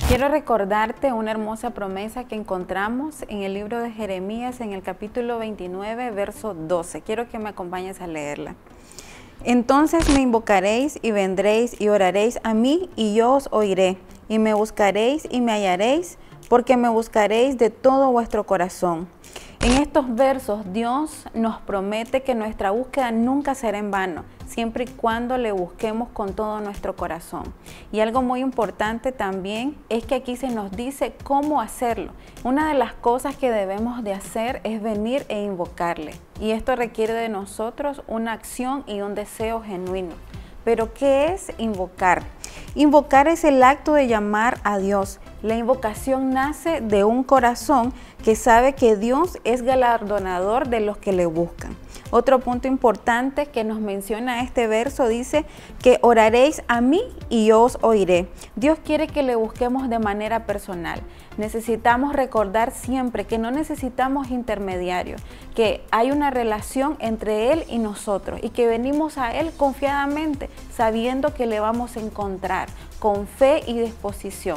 Quiero recordarte una hermosa promesa que encontramos en el libro de Jeremías, en el capítulo 29, verso 12. Quiero que me acompañes a leerla. Entonces me invocaréis y vendréis y oraréis a mí y yo os oiré, y me buscaréis y me hallaréis, porque me buscaréis de todo vuestro corazón. En estos versos Dios nos promete que nuestra búsqueda nunca será en vano, siempre y cuando le busquemos con todo nuestro corazón. Y algo muy importante también es que aquí se nos dice cómo hacerlo. Una de las cosas que debemos de hacer es venir e invocarle. Y esto requiere de nosotros una acción y un deseo genuino. Pero ¿qué es invocar? Invocar es el acto de llamar a Dios. La invocación nace de un corazón que sabe que Dios es galardonador de los que le buscan. Otro punto importante que nos menciona este verso dice que oraréis a mí y yo os oiré. Dios quiere que le busquemos de manera personal. Necesitamos recordar siempre que no necesitamos intermediarios, que hay una relación entre Él y nosotros y que venimos a Él confiadamente, sabiendo que le vamos a encontrar con fe y disposición.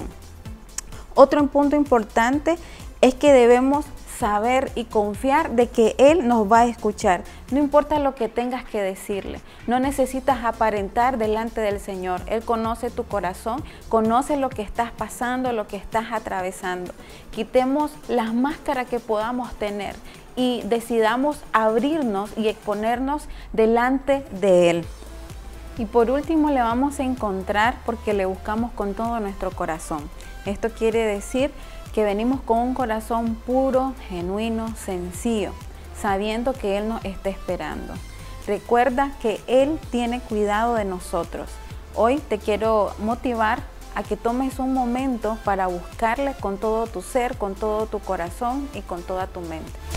Otro punto importante es que debemos saber y confiar de que Él nos va a escuchar. No importa lo que tengas que decirle, no necesitas aparentar delante del Señor. Él conoce tu corazón, conoce lo que estás pasando, lo que estás atravesando. Quitemos las máscaras que podamos tener y decidamos abrirnos y exponernos delante de Él. Y por último le vamos a encontrar porque le buscamos con todo nuestro corazón. Esto quiere decir que venimos con un corazón puro, genuino, sencillo, sabiendo que Él nos está esperando. Recuerda que Él tiene cuidado de nosotros. Hoy te quiero motivar a que tomes un momento para buscarle con todo tu ser, con todo tu corazón y con toda tu mente.